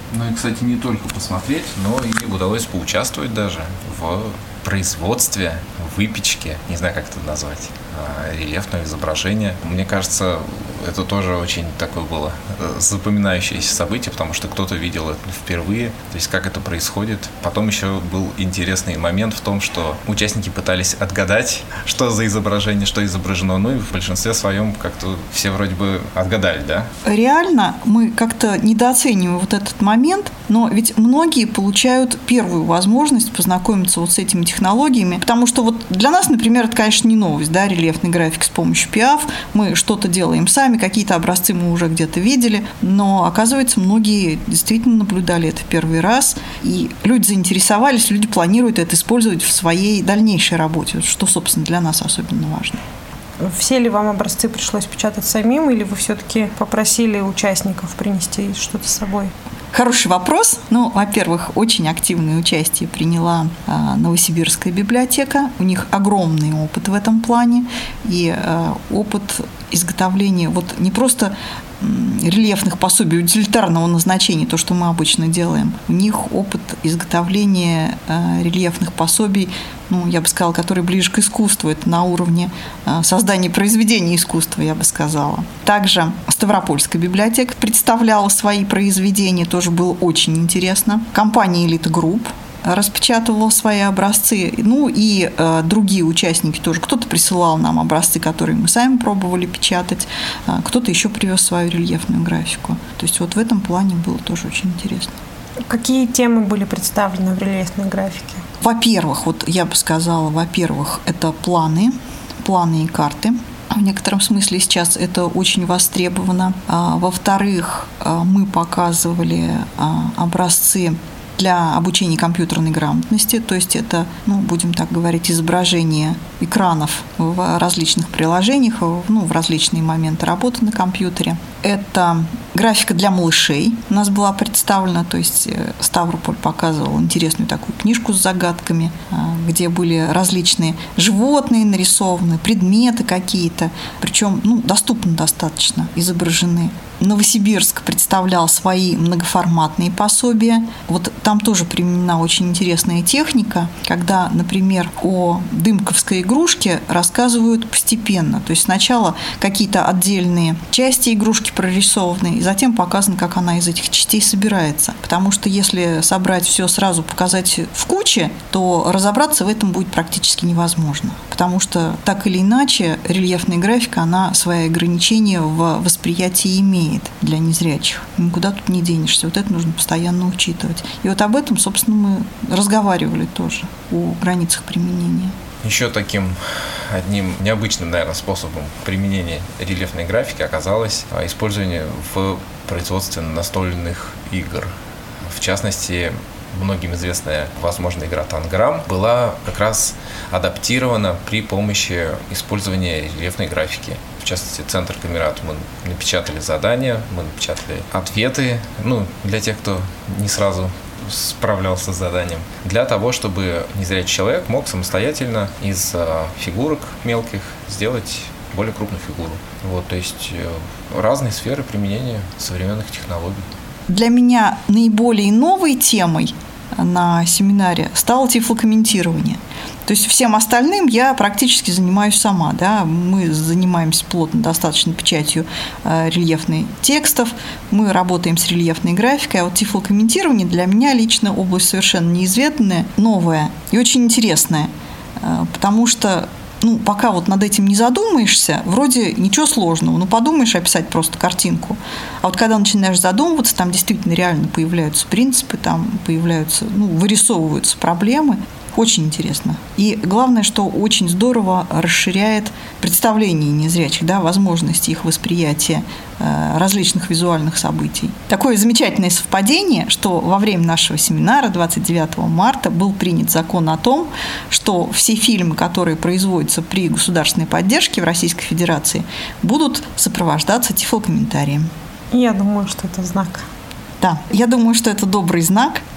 Ну и, кстати, не только посмотреть, но и удалось поучаствовать даже в производстве, выпечке, не знаю, как это назвать, рельефного изображения. Мне кажется, это тоже очень такое было запоминающееся событие, потому что кто-то видел это впервые, то есть как это происходит. Потом еще был интересный момент в том, что участники пытались отгадать, что за изображение, что изображено, ну и в большинстве своем как-то все вроде бы отгадали, да? Реально мы как-то недооцениваем вот этот момент, но ведь многие получают первую возможность познакомиться вот с этими технологиями, потому что вот для нас, например, это, конечно, не новость, да, рельефный график с помощью пи эй эф, мы что-то делаем сами, какие-то образцы мы уже где-то видели, но, оказывается, многие действительно наблюдали это в первый раз, и люди заинтересовались, люди планируют это использовать в своей дальнейшей работе, что, собственно, для нас особенно важно. Все ли вам образцы пришлось печатать самим, или вы все-таки попросили участников принести что-то с собой? Хороший вопрос. Ну, во-первых, очень активное участие приняла а, Новосибирская библиотека. У них огромный опыт в этом плане. И а, опыт изготовления вот не просто рельефных пособий утилитарного назначения, то, что мы обычно делаем. У них опыт изготовления э, рельефных пособий, ну, я бы сказала, который ближе к искусству, это на уровне э, создания произведений искусства, я бы сказала. Также Ставропольская библиотека представляла свои произведения, тоже было очень интересно. Компания «Элита Групп» распечатывал свои образцы, ну и э, другие участники тоже. Кто-то присылал нам образцы, которые мы сами пробовали печатать, э, кто-то еще привез свою рельефную графику. То есть вот в этом плане было тоже очень интересно. Какие темы были представлены в рельефной графике? Во-первых, вот я бы сказала, во-первых, это планы, планы и карты. В некотором смысле сейчас это очень востребовано. А, во-вторых, а, мы показывали а, образцы для обучения компьютерной грамотности, то есть это, ну, будем так говорить, изображение экранов в различных приложениях, ну, в различные моменты работы на компьютере. Это графика для малышей у нас была представлена, то есть Ставрополь показывал интересную такую книжку с загадками, где были различные животные нарисованы, предметы какие-то, причем, ну, доступно достаточно изображены. Новосибирск представлял свои многоформатные пособия. Вот там тоже применена очень интересная техника, когда, например, о дымковской игрушке рассказывают постепенно. То есть сначала какие-то отдельные части игрушки прорисованы, и затем показано, как она из этих частей собирается. Потому что если собрать все сразу, показать в куче, то разобраться в этом будет практически невозможно. Потому что так или иначе рельефная графика, она свои ограничения в восприятии имеет для незрячих. Никуда тут не денешься. Вот это нужно постоянно учитывать. И вот об этом, собственно, мы разговаривали тоже о границах применения. Еще таким одним необычным, наверное, способом применения рельефной графики оказалось использование в производстве настольных игр. В частности, многим известная, возможно, игра «Танграм» была как раз адаптирована при помощи использования рельефной графики. В частности, Центр Камерат, мы напечатали задания, мы напечатали ответы, ну, для тех, кто не сразу справлялся с заданием, для того, чтобы незрячий человек мог самостоятельно из фигурок мелких сделать более крупную фигуру. Вот, то есть разные сферы применения современных технологий. Для меня наиболее новой темой на семинаре стало тифлокомментирование. То есть всем остальным я практически занимаюсь сама. Да? Мы занимаемся плотно достаточно печатью э, рельефных текстов, мы работаем с рельефной графикой, а вот тифлокомментирование для меня лично область совершенно неизведанная, новая и очень интересная, э, потому что ну, пока вот над этим не задумаешься, вроде ничего сложного. Ну, подумаешь описать просто картинку. А вот когда начинаешь задумываться, там действительно реально появляются принципы, там появляются, ну, вырисовываются проблемы. Очень интересно. И главное, что очень здорово расширяет представление незрячих, да, возможности их восприятия э, различных визуальных событий. Такое замечательное совпадение, что во время нашего семинара двадцать девятого марта был принят закон о том, что все фильмы, которые производятся при государственной поддержке в Российской Федерации, будут сопровождаться тифлокомментарием. Я думаю, что это знак. Да, я думаю, что это добрый знак,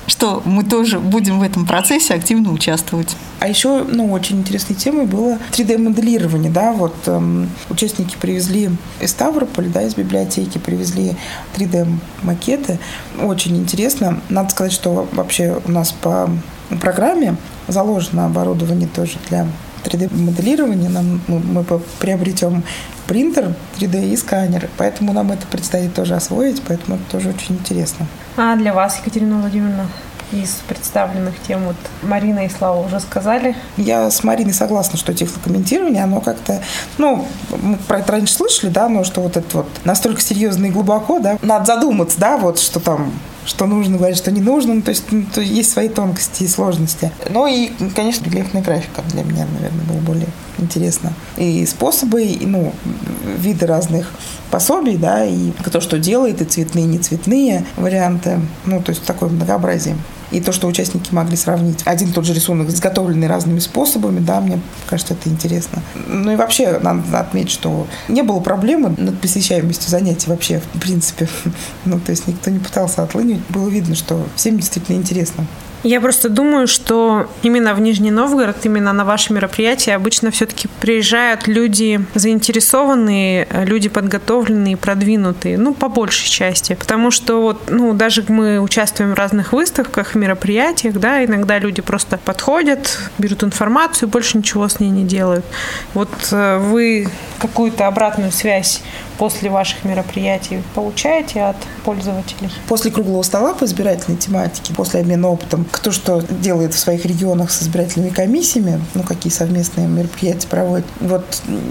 что мы тоже будем в этом процессе активно участвовать. А еще, ну, очень интересной темой было три дэ-моделирование, да, вот эм, участники привезли из Ставрополя, да, из библиотеки, привезли три дэ-макеты. Очень интересно. Надо сказать, что вообще у нас по программе заложено оборудование тоже для три дэ-моделирования. Нам, мы, мы приобретем принтер три дэ и сканер, поэтому нам это предстоит тоже освоить, поэтому это тоже очень интересно. А для вас, Екатерина Владимировна, из представленных тем, вот Марина и Слава уже сказали. Я с Мариной согласна, что тифлокомментирование, оно как-то, ну, мы про это раньше слышали, да, но что вот это вот настолько серьезно и глубоко, да, надо задуматься, да, вот что там, что нужно говорить, что не нужно, ну, то есть ну, то есть свои тонкости и сложности. Ну и, конечно, рельефная графика для меня, наверное, было более интересно. И способы, и, ну, виды разных пособий, да, и кто что делает, и цветные, и нецветные варианты, ну, то есть такое многообразие. И то, что участники могли сравнить один и тот же рисунок, изготовленный разными способами, да, мне кажется, это интересно. Ну и вообще, надо отметить, что не было проблемы над посещаемостью занятий вообще, в принципе. Ну, то есть никто не пытался отлынивать. Было видно, что всем действительно интересно. Я просто думаю, что именно в Нижний Новгород, именно на ваши мероприятия обычно все-таки приезжают люди заинтересованные, люди подготовленные, продвинутые, ну, по большей части. Потому что вот, ну, даже мы участвуем в разных выставках, мероприятиях, да, иногда люди просто подходят, берут информацию, больше ничего с ней не делают. Вот вы какую-то обратную связь после ваших мероприятий получаете от пользователей? После круглого стола по избирательной тематике, после обмена опытом, кто что делает в своих регионах с избирательными комиссиями, ну, какие совместные мероприятия проводят. Вот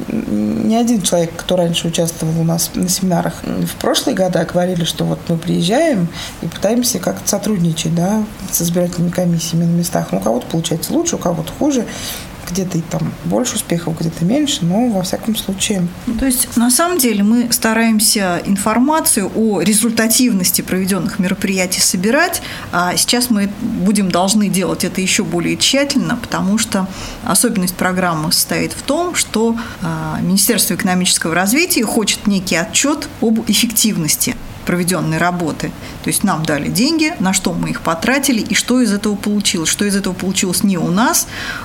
ни один человек, кто раньше участвовал у нас на семинарах в прошлые годы, говорили, что вот мы приезжаем и пытаемся как-то сотрудничать, да, с избирательными комиссиями на местах. Ну, у кого-то получается лучше, у кого-то хуже. Где-то и там больше успехов, где-то меньше, но во всяком случае. То есть, на самом деле, мы стараемся информацию о результативности проведенных мероприятий собирать, а сейчас мы будем должны делать это еще более тщательно, потому что особенность программы состоит в том, что Министерство экономического развития хочет некий отчет об эффективности проведенной работы. То есть нам дали деньги, на что мы их потратили и что из этого получилось. Что из этого получилось не у нас,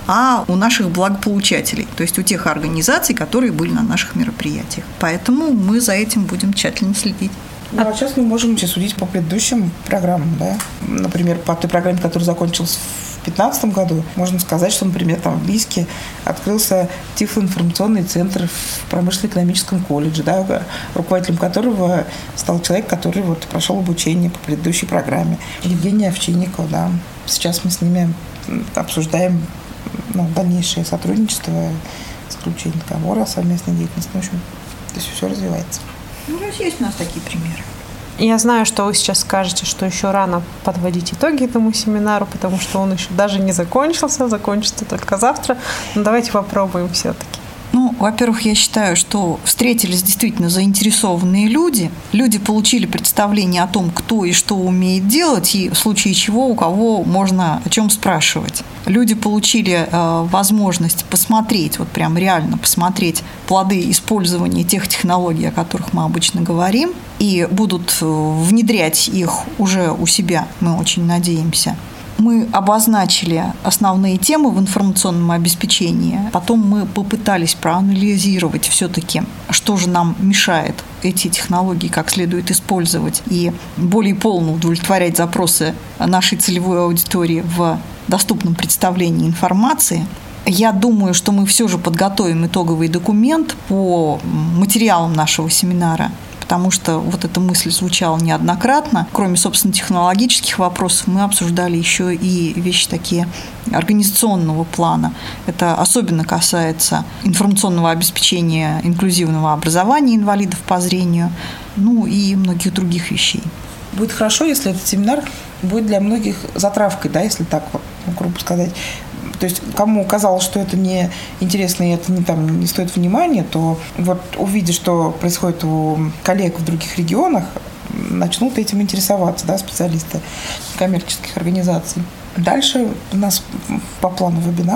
а у наших благополучателей, то есть у тех организаций, которые были на наших мероприятиях. Поэтому мы за этим будем тщательно следить. Ну, а сейчас мы можем судить по предыдущим программам, да. Например, по той программе, которая закончилась в две тысячи пятнадцатом году, можно сказать, что, например, там в Бийске открылся тифлоинформационный центр в промышленно-экономическом колледже, да, руководителем которого стал человек, который вот прошел обучение по предыдущей программе. Евгения Овчинникова, да. Сейчас мы с ними обсуждаем, ну, дальнейшее сотрудничество, заключение договора о совместной деятельности. В общем, то есть все развивается. Ну, есть у нас такие примеры. Я знаю, что вы сейчас скажете, что еще рано подводить итоги этому семинару, потому что он еще даже не закончился, закончится только завтра. Но давайте попробуем все-таки. Ну, во-первых, я считаю, что встретились действительно заинтересованные люди. Люди получили представление о том, кто и что умеет делать, и в случае чего у кого можно о чем спрашивать. Люди получили э, возможность посмотреть, вот прям реально посмотреть плоды использования тех технологий, о которых мы обычно говорим, и будут внедрять их уже у себя, мы очень надеемся. Мы обозначили основные темы в информационном обеспечении. Потом мы попытались проанализировать все-таки, что же нам мешает эти технологии как следует использовать и более полно удовлетворять запросы нашей целевой аудитории в доступном представлении информации. Я думаю, что мы все же подготовим итоговый документ по материалам нашего семинара, потому что вот эта мысль звучала неоднократно. Кроме, собственно, технологических вопросов, мы обсуждали еще и вещи такие организационного плана. Это особенно касается информационного обеспечения инклюзивного образования инвалидов по зрению, ну и многих других вещей. Будет хорошо, если этот семинар будет для многих затравкой, да, если так вот, грубо сказать. То есть, кому казалось, что это не интересно и это не, там, не стоит внимания, то вот увидя, что происходит у коллег в других регионах, начнут этим интересоваться, да, специалисты коммерческих организаций. Дальше у нас по плану вебинара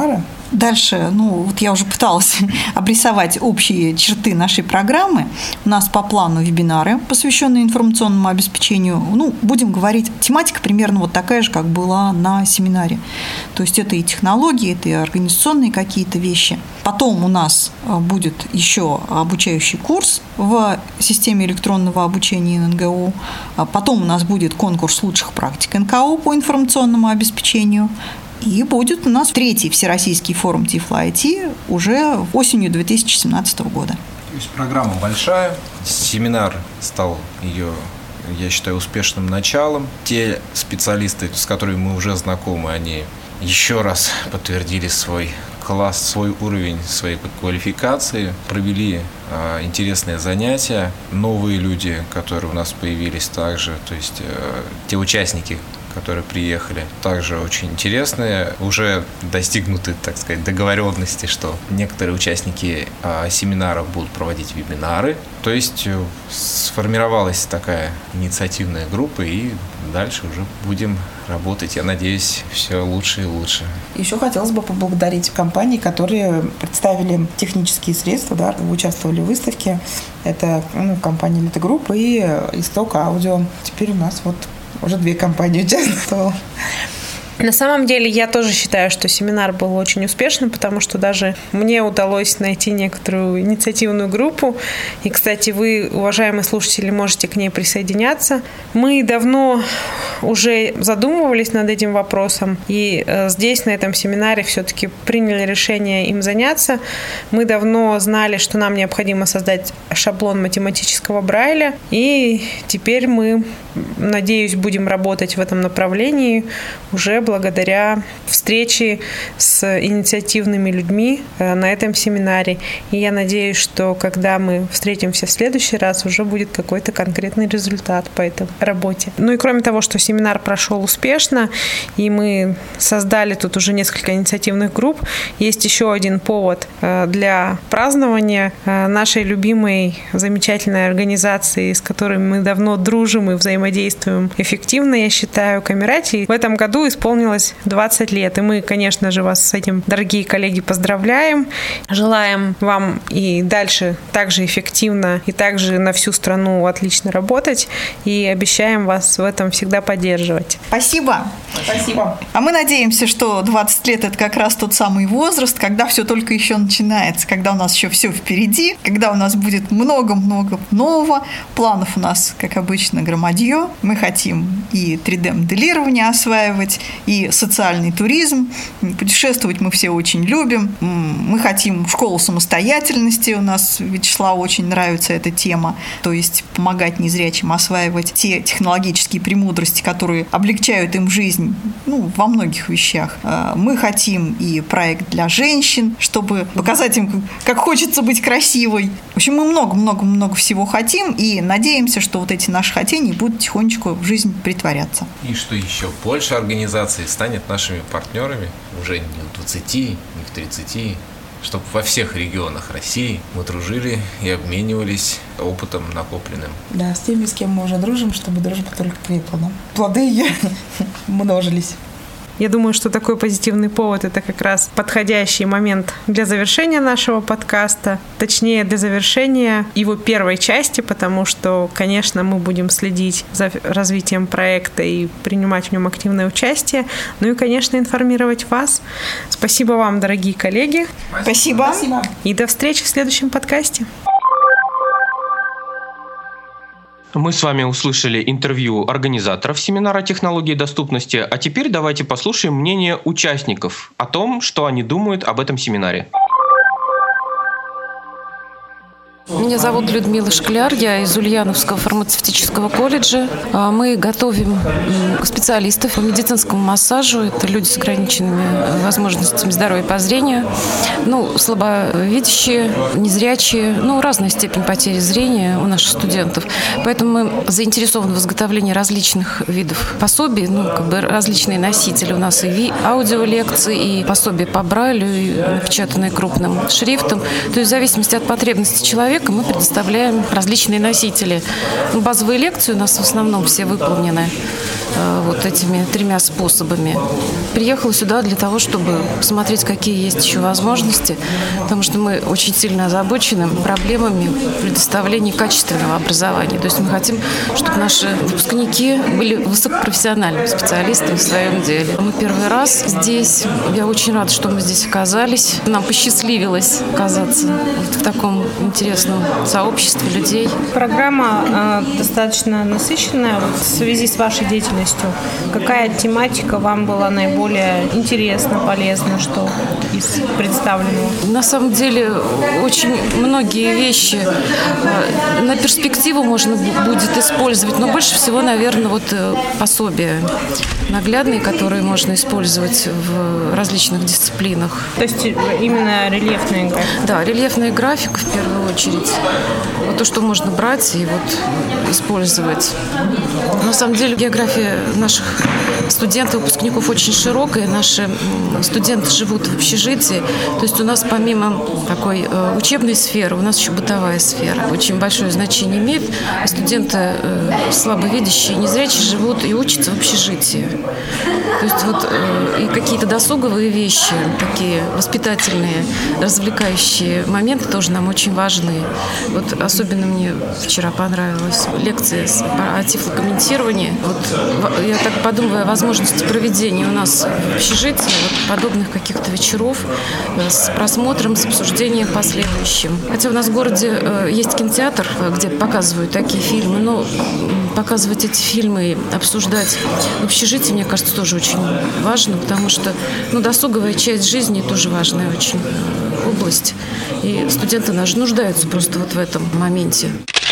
Дальше, ну, вот я уже пыталась обрисовать общие черты нашей программы. У нас по плану вебинары, посвященные информационному обеспечению. Ну, будем говорить, тематика примерно вот такая же, как была на семинаре. То есть это и технологии, это и организационные какие-то вещи. Потом у нас будет еще обучающий курс в системе электронного обучения эн эн гэ о. Потом у нас будет конкурс лучших практик эн ка о по информационному обеспечению. И будет у нас третий Всероссийский форум Тифло ай ти уже осенью две тысячи семнадцатого года. То есть программа большая. Семинар стал ее, я считаю, успешным началом. Те специалисты, с которыми мы уже знакомы, они еще раз подтвердили свой класс, свой уровень своей квалификации, провели э, интересные занятия. Новые люди, которые у нас появились также, то есть э, те участники, которые приехали, также очень интересные. Уже достигнуты, так сказать, договоренности, что некоторые участники э, семинара будут проводить вебинары. То есть э, сформировалась такая инициативная группа, и дальше уже будем работать, я надеюсь, все лучше и лучше. Еще хотелось бы поблагодарить компании, которые представили технические средства, да, участвовали в выставке. Это ну, компания Elite Group и Исток Аудио. Теперь у нас вот уже две компании участвовали. На самом деле, я тоже считаю, что семинар был очень успешным, потому что даже мне удалось найти некоторую инициативную группу. И, кстати, вы, уважаемые слушатели, можете к ней присоединяться. Мы давно уже задумывались над этим вопросом, и здесь, на этом семинаре, все-таки приняли решение им заняться. Мы давно знали, что нам необходимо создать шаблон математического Брайля, и теперь мы, надеюсь, будем работать в этом направлении уже благодаря встрече с инициативными людьми на этом семинаре. И я надеюсь, что когда мы встретимся в следующий раз, уже будет какой-то конкретный результат по этой работе. Ну и кроме того, что семинар прошел успешно, и мы создали тут уже несколько инициативных групп, есть еще один повод для празднования нашей любимой, замечательной организации, с которой мы давно дружим и взаимодействуем эффективно, я считаю, Камерати. В этом году исполнилось двадцать лет. И мы, конечно же, вас с этим, дорогие коллеги, поздравляем. Желаем вам и дальше также эффективно и также на всю страну отлично работать. И обещаем вас в этом всегда поддерживать. Спасибо. Спасибо. А мы надеемся, что двадцать лет – это как раз тот самый возраст, когда все только еще начинается, когда у нас еще все впереди, когда у нас будет много-много нового. Планов у нас, как обычно, громадье. Мы хотим и три дэ-моделирование осваивать, и социальный туризм. Путешествовать мы все очень любим. Мы хотим школу самостоятельности. У нас Вячеславу очень нравится эта тема. То есть помогать незрячим осваивать те технологические премудрости, которые облегчают им жизнь, ну, во многих вещах. Мы хотим и проект для женщин, чтобы показать им, как хочется быть красивой. В общем, мы много-много-много всего хотим и надеемся, что вот эти наши хотения будут потихонечку в жизнь притворяться. И что еще больше организаций станет нашими партнерами уже не в двадцати, не в тридцати, чтобы во всех регионах России мы дружили и обменивались опытом накопленным. Да, с теми, с кем мы уже дружим, чтобы дружба только крепла. Да? Плоды ее множились. Я думаю, что такой позитивный повод – это как раз подходящий момент для завершения нашего подкаста, точнее, для завершения его первой части, потому что, конечно, мы будем следить за развитием проекта и принимать в нем активное участие, ну и, конечно, информировать вас. Спасибо вам, дорогие коллеги. Спасибо. Спасибо. И до встречи в следующем подкасте. Мы с вами услышали интервью организаторов семинара «Технологии доступности», а теперь давайте послушаем мнение участников о том, что они думают об этом семинаре. Меня зовут Людмила Шкляр, я из Ульяновского фармацевтического колледжа. Мы готовим специалистов по медицинскому массажу. Это люди с ограниченными возможностями здоровья по зрению, ну, слабовидящие, незрячие, ну, разная степень потери зрения у наших студентов. Поэтому мы заинтересованы в изготовлении различных видов пособий, ну, как бы различные носители. У нас и аудиолекции, и пособия по Брайлю, и напечатанные крупным шрифтом. То есть в зависимости от потребностей человека человека мы предоставляем различные носители. Базовые лекции у нас в основном все выполнены вот этими тремя способами. Приехала сюда для того, чтобы посмотреть, какие есть еще возможности, потому что мы очень сильно озабочены проблемами предоставления качественного образования. То есть мы хотим, чтобы наши выпускники были высокопрофессиональными специалистами в своем деле. Мы первый раз здесь. Я очень рада, что мы здесь оказались. Нам посчастливилось оказаться в таком интересном сообществе людей. Программа э, достаточно насыщенная. Вот в связи с вашей деятельностью, какая тематика вам была наиболее интересна, полезна, что из представленного? На самом деле очень многие вещи на перспективу можно будет использовать, но больше всего, наверное, вот пособия наглядные, которые можно использовать в различных дисциплинах. То есть именно рельефная графика? Да, рельефная графика в первую очередь. Вот то, что можно брать и вот использовать. На самом деле география наших студентов, выпускников очень широкая. Наши студенты живут в общежитии. То есть у нас помимо такой учебной сферы, у нас еще бытовая сфера. Очень большое значение имеет. Студенты слабовидящие, незрячие живут и учатся в общежитии. То есть вот и какие-то досуговые вещи, такие воспитательные, развлекающие моменты тоже нам очень важны. Вот особенно мне вчера понравилась лекция о тифлокомментировании. Вот я так подумываю о возможности проведения у нас в общежитии вот подобных каких-то вечеров с просмотром, с обсуждением последующим. Хотя у нас в городе есть кинотеатр, где показывают такие фильмы, но показывать эти фильмы и обсуждать в общежитии, мне кажется, тоже очень важно, потому что ну, досуговая часть жизни тоже важная очень область. И студенты наши нуждаются просто вот в этом моменте.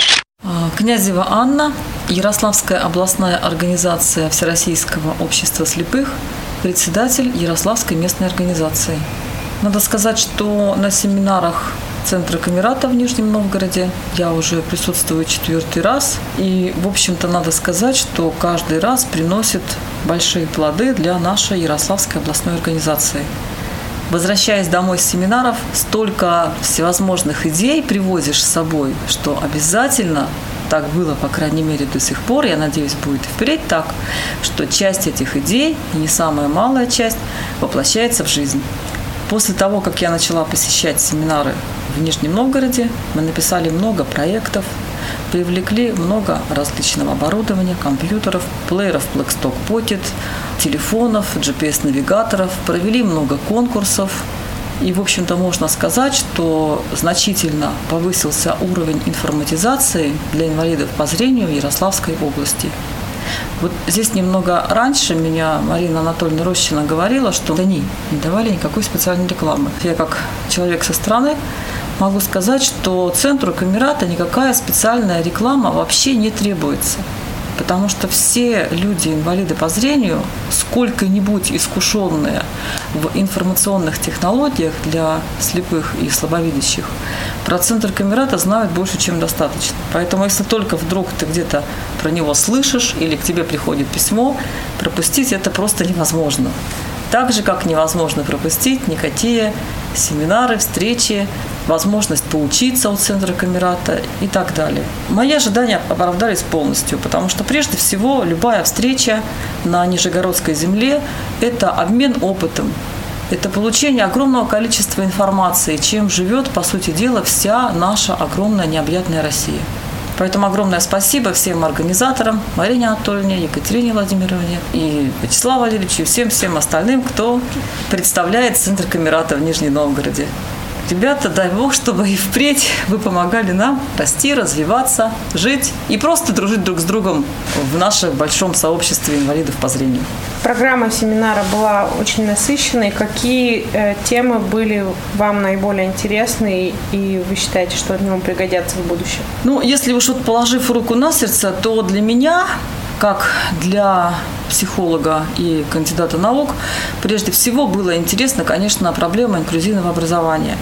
Князева Анна, Ярославская областная организация Всероссийского общества слепых, председатель Ярославской местной организации. Надо сказать, что на семинарах Центра Камерата в Нижнем Новгороде я уже присутствую четвертый раз. И, в общем-то, надо сказать, что каждый раз приносит большие плоды для нашей Ярославской областной организации. Возвращаясь домой с семинаров, столько всевозможных идей привозишь с собой, что обязательно, так было, по крайней мере, до сих пор, я надеюсь, будет и впредь так, что часть этих идей, и не самая малая часть, воплощается в жизнь. После того, как я начала посещать семинары в Нижнем Новгороде, мы написали много проектов, привлекли много различного оборудования, компьютеров, плееров Blackstock Pocket, телефонов, джи пи эс-навигаторов, провели много конкурсов. И, в общем-то, можно сказать, что значительно повысился уровень информатизации для инвалидов по зрению в Ярославской области. Вот здесь немного раньше меня Марина Анатольевна Рощина говорила, что они не давали никакой специальной рекламы. Я как человек со стороны могу сказать, что Центру Камерата никакая специальная реклама вообще не требуется. Потому что все люди, инвалиды по зрению, сколько-нибудь искушенные в информационных технологиях для слепых и слабовидящих, про Центр Камерата знают больше, чем достаточно. Поэтому, если только вдруг ты где-то про него слышишь или к тебе приходит письмо, пропустить это просто невозможно. Так же, как невозможно пропустить никакие семинары, встречи, возможность поучиться у Центра Камерата и так далее. Мои ожидания оправдались полностью, потому что прежде всего любая встреча на Нижегородской земле – это обмен опытом, это получение огромного количества информации, чем живет, по сути дела, вся наша огромная необъятная Россия. Поэтому огромное спасибо всем организаторам, Марине Анатольевне, Екатерине Владимировне и Вячеславу Валерьевичу, и всем-всем остальным, кто представляет Центр Камерата в Нижнем Новгороде. Ребята, дай Бог, чтобы и впредь вы помогали нам расти, развиваться, жить и просто дружить друг с другом в нашем большом сообществе инвалидов по зрению. Программа семинара была очень насыщенной. Какие э, темы были вам наиболее интересны и вы считаете, что они вам пригодятся в будущем? Ну, если уж вот положив руку на сердце, то для меня, как для психолога и кандидата наук, прежде всего было интересно, конечно, проблема инклюзивного образования.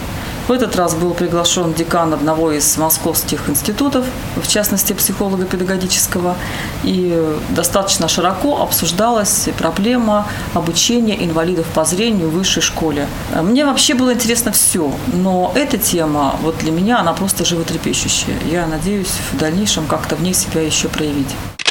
В этот раз был приглашен декан одного из московских институтов, в частности психолого-педагогического, и достаточно широко обсуждалась проблема обучения инвалидов по зрению в высшей школе. Мне вообще было интересно все, но эта тема, вот для меня, она просто животрепещущая. Я надеюсь в дальнейшем как-то в ней себя еще проявить.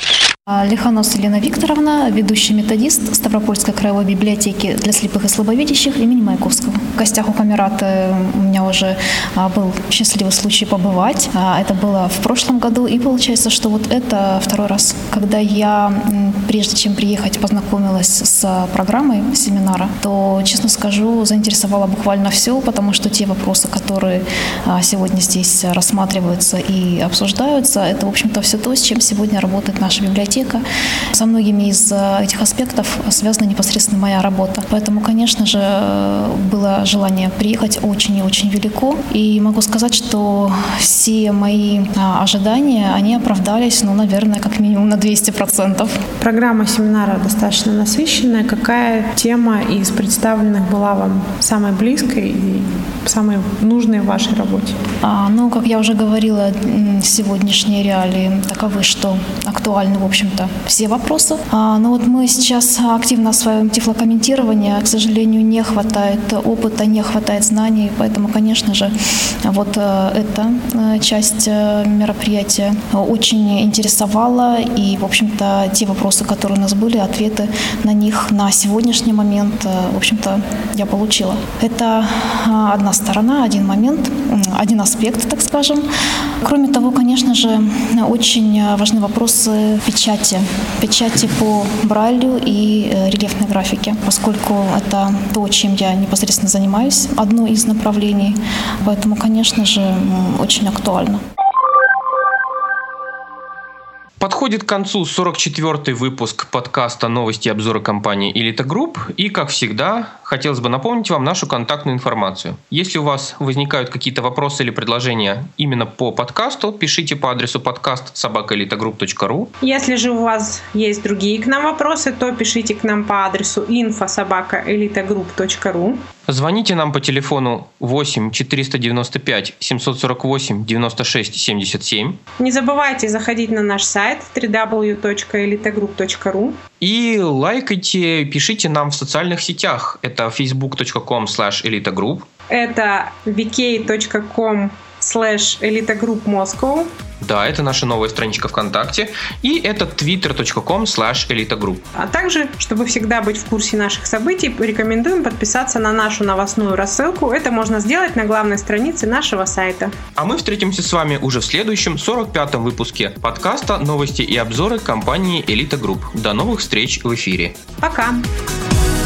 Лихонос Елена Викторовна, ведущий методист Ставропольской краевой библиотеки для слепых и слабовидящих имени Маяковского. В гостях у Камерата у меня уже был счастливый случай побывать. Это было в прошлом году, и получается, что вот это второй раз, когда я, прежде чем приехать, познакомилась с программой семинара, то, честно скажу, заинтересовало буквально все, потому что те вопросы, которые сегодня здесь рассматриваются и обсуждаются, это, в общем-то, все то, с чем сегодня работает наша библиотека. Со многими из этих аспектов связана непосредственно моя работа. Поэтому, конечно же, было желание приехать очень и очень велико. И могу сказать, что все мои ожидания, они оправдались, ну, наверное, как минимум на двести процентов. Программа семинара достаточно насыщенная. Какая тема из представленных была вам самой близкой и самой нужной в вашей работе? А, ну, как я уже говорила, сегодняшние реалии таковы, что актуальны, в общем, все вопросы. А, но вот мы сейчас активно осваиваем тифлокомментирование. К сожалению, не хватает опыта, не хватает знаний, поэтому, конечно же, вот эта часть мероприятия очень интересовала. И, в общем-то, те вопросы, которые у нас были, ответы на них на сегодняшний момент, в общем-то, я получила. Это одна сторона, один момент, один аспект, так скажем. Кроме того, конечно же, очень важны вопросы печати. Печати по Брайлю и рельефной графике, поскольку это то, чем я непосредственно занимаюсь, одно из направлений, поэтому, конечно же, очень актуально. Подходит к концу сорок четвёртый выпуск подкаста «Новости и обзоры» компании «Элита Групп». И, как всегда, хотелось бы напомнить вам нашу контактную информацию. Если у вас возникают какие-то вопросы или предложения именно по подкасту, пишите по адресу подкаст собака элита групп точка ру. Если же у вас есть другие к нам вопросы, то пишите к нам по адресу инфо собака элита групп точка ру. Звоните нам по телефону восемь четыреста девяносто пять семьсот сорок восемь девяносто шесть семьдесят семь. Не забывайте заходить на наш сайт дабл ю дабл ю дабл ю точка элита групп точка ру. И лайкайте, пишите нам в социальных сетях. Это фейсбук точка ком слэш элита групп. Это ви кей точка ком слэш элита групп Москва. Да, это наша новая страничка ВКонтакте. И это твиттер точка ком слэш элита групп. А также, чтобы всегда быть в курсе наших событий, рекомендуем подписаться на нашу новостную рассылку. Это можно сделать на главной странице нашего сайта. А мы встретимся с вами уже в следующем сорок пятом выпуске подкаста «Новости и обзоры» компании «Элита Групп». До новых встреч в эфире. Пока!